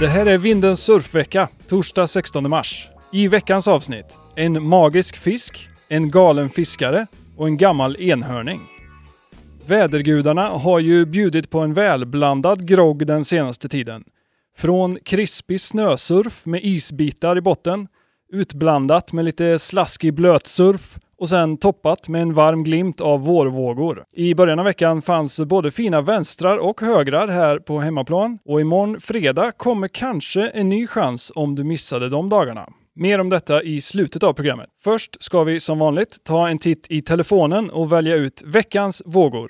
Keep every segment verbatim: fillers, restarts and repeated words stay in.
Det här är Vindens surfvecka, torsdag sextonde mars. I veckans avsnitt, en magisk fisk, en galen fiskare och en gammal enhörning. Vädergudarna har ju bjudit på en välblandad grogg den senaste tiden. Från krispig snösurf med isbitar i botten, utblandat med lite slaskig blötsurf och sen toppat med en varm glimt av vårvågor. I början av veckan fanns både fina vänstrar och högrar här på hemmaplan och imorgon fredag kommer kanske en ny chans om du missade de dagarna. Mer om detta i slutet av programmet. Först ska vi som vanligt ta en titt i telefonen och välja ut veckans vågor.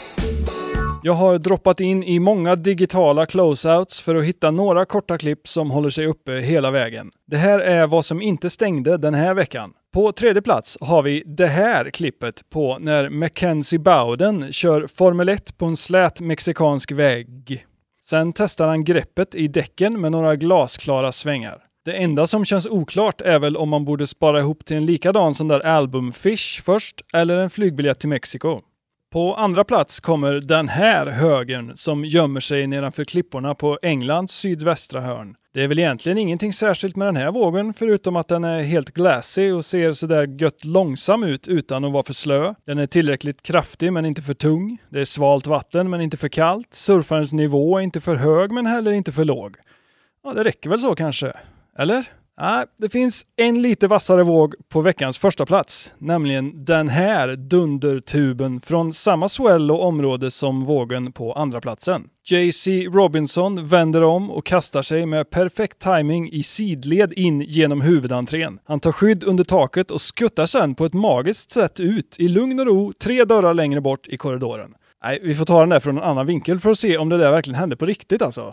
Jag har droppat in i många digitala closeouts för att hitta några korta klipp som håller sig uppe hela vägen. Det här är vad som inte stängde den här veckan. På tredje plats har vi det här klippet på när Mackenzie Bowden kör Formel ett på en slät mexikansk väg. Sen testar han greppet i däcken med några glasklara svängar. Det enda som känns oklart är väl om man borde spara ihop till en likadan som där album Fish först eller en flygbiljett till Mexiko. På andra plats kommer den här högen som gömmer sig nedanför klipporna på Englands sydvästra hörn. Det är väl egentligen ingenting särskilt med den här vågen förutom att den är helt glassy och ser sådär gött långsam ut utan att vara för slö. Den är tillräckligt kraftig men inte för tung. Det är svalt vatten men inte för kallt. Surfarens nivå är inte för hög men heller inte för låg. Ja, det räcker väl så kanske. Eller? Nej, det finns en lite vassare våg på veckans första plats, nämligen den här dundertuben från samma swell och område som vågen på andra platsen. J C Robinson vänder om och kastar sig med perfekt timing i sidled in genom huvudentrén. Han tar skydd under taket och skuttar sen på ett magiskt sätt ut i lugn och ro tre dörrar längre bort i korridoren. Nej, vi får ta den där från en annan vinkel för att se om det där verkligen hände på riktigt alltså.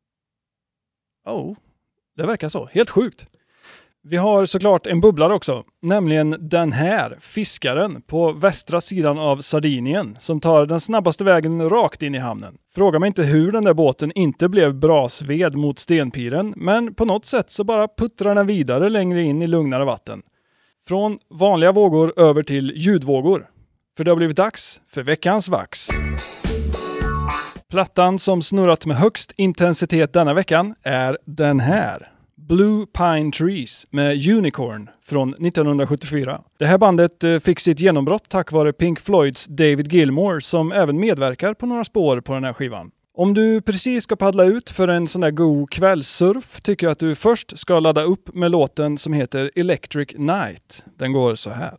Oh. Det verkar så. Helt sjukt. Vi har såklart en bubblare också. Nämligen den här fiskaren på västra sidan av Sardinien som tar den snabbaste vägen rakt in i hamnen. Fråga mig inte hur den där båten inte blev brasved mot stenpiren. Men på något sätt så bara puttrar den vidare längre in i lugnare vatten. Från vanliga vågor över till ljudvågor. För det har blivit dags för veckans vax. Plattan som snurrat med högst intensitet denna veckan är den här. Blue Pine Trees med Unicorn från nittonhundrasjuttiofyra. Det här bandet fick sitt genombrott tack vare Pink Floyds David Gilmour som även medverkar på några spår på den här skivan. Om du precis ska paddla ut för en sån där god kvällssurf tycker jag att du först ska ladda upp med låten som heter Electric Night. Den går så här.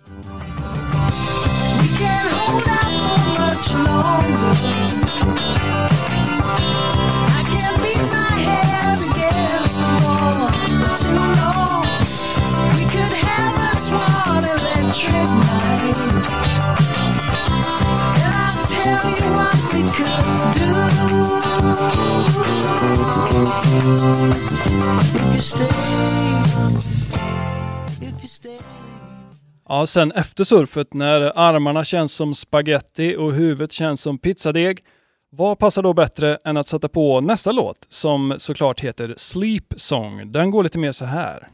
I can't beat my head against the wall too long. We could have us one electric night, and I'll tell you what we could do. If you stay, if you stay. Ja, sen efter surfet när armarna känns som spaghetti och huvudet känns som pizzadeg, vad passar då bättre än att sätta på nästa låt som såklart heter Sleep Song. Den går lite mer så här.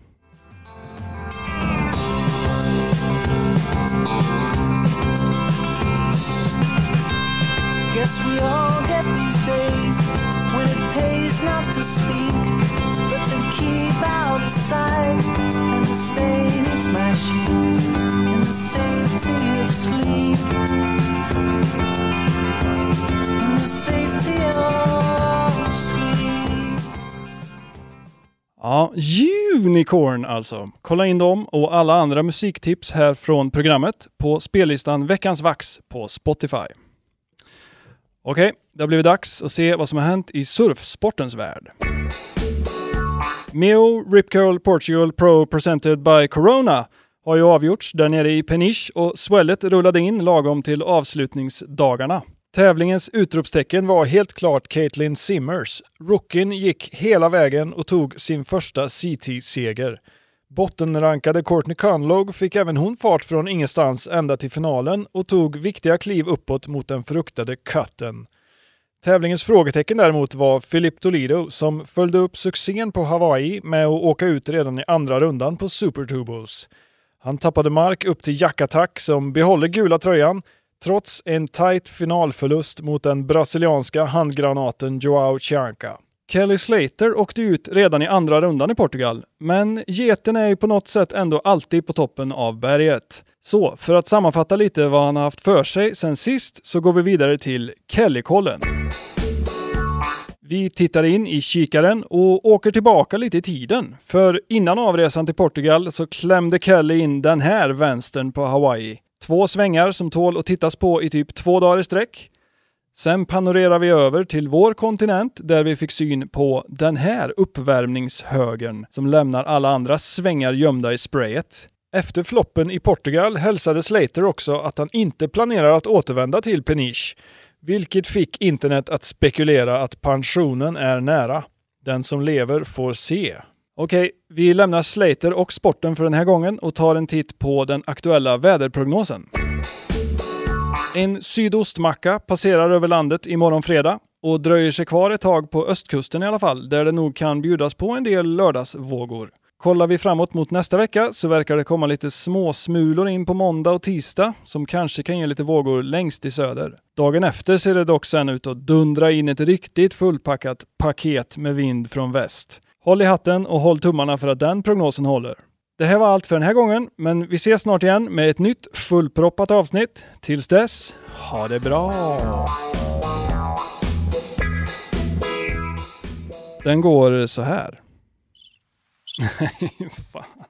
Guess we all get these days when it pays not to speak but to keep out of sight and to stay beneath my sheets in the safety of sleep, in the safety of sleep. Ja, Unicorn alltså. Kolla in dem och alla andra musiktips här från programmet på spellistan Veckans Vax på Spotify. Okej, det har blivit dags att se vad som har hänt i surfsportens värld. Meo Rip Curl Portugal Pro presented by Corona har ju avgjorts där nere i Peniche och swellet rullade in lagom till avslutningsdagarna. Tävlingens utropstecken var helt klart Caitlin Simmers. Rookien gick hela vägen och tog sin första C T-seger. Bottenrankade Courtney Conlogue fick även hon fart från ingenstans ända till finalen och tog viktiga kliv uppåt mot den fruktade cutten. Tävlingens frågetecken däremot var Philip Toledo som följde upp succén på Hawaii med att åka ut redan i andra rundan på Super Tubos. Han tappade mark upp till Jack Attack som behåller gula tröjan trots en tight finalförlust mot den brasilianska handgranaten Joao Chianca. Kelly Slater åkte ut redan i andra rundan i Portugal, men geten är ju på något sätt ändå alltid på toppen av berget. Så, för att sammanfatta lite vad han har haft för sig sen sist så går vi vidare till Kelly-kollen. Vi tittar in i kikaren och åker tillbaka lite i tiden. För innan avresan till Portugal så klämde Kelly in den här vänstern på Hawaii. Två svängar som tål att tittas på i typ två dagar i sträck. Sen panorerar vi över till vår kontinent där vi fick syn på den här uppvärmningshögern som lämnar alla andra svängar gömda i sprayet. Efter floppen i Portugal hälsade Slater också att han inte planerar att återvända till Peniche, vilket fick internet att spekulera att pensionen är nära. Den som lever får se. Okej, vi lämnar Slater och sporten för den här gången och tar en titt på den aktuella väderprognosen. En sydostmacka passerar över landet imorgon fredag och dröjer sig kvar ett tag på östkusten i alla fall, där det nog kan bjudas på en del lördagsvågor. Kollar vi framåt mot nästa vecka så verkar det komma lite små smulor in på måndag och tisdag som kanske kan ge lite vågor längst i söder. Dagen efter ser det dock sen ut att dundra in ett riktigt fullpackat paket med vind från väst. Håll i hatten och håll tummarna för att den prognosen håller. Det här var allt för den här gången, men vi ses snart igen med ett nytt fullproppat avsnitt. Tills dess, ha det bra! Den går så här. Nej, fan.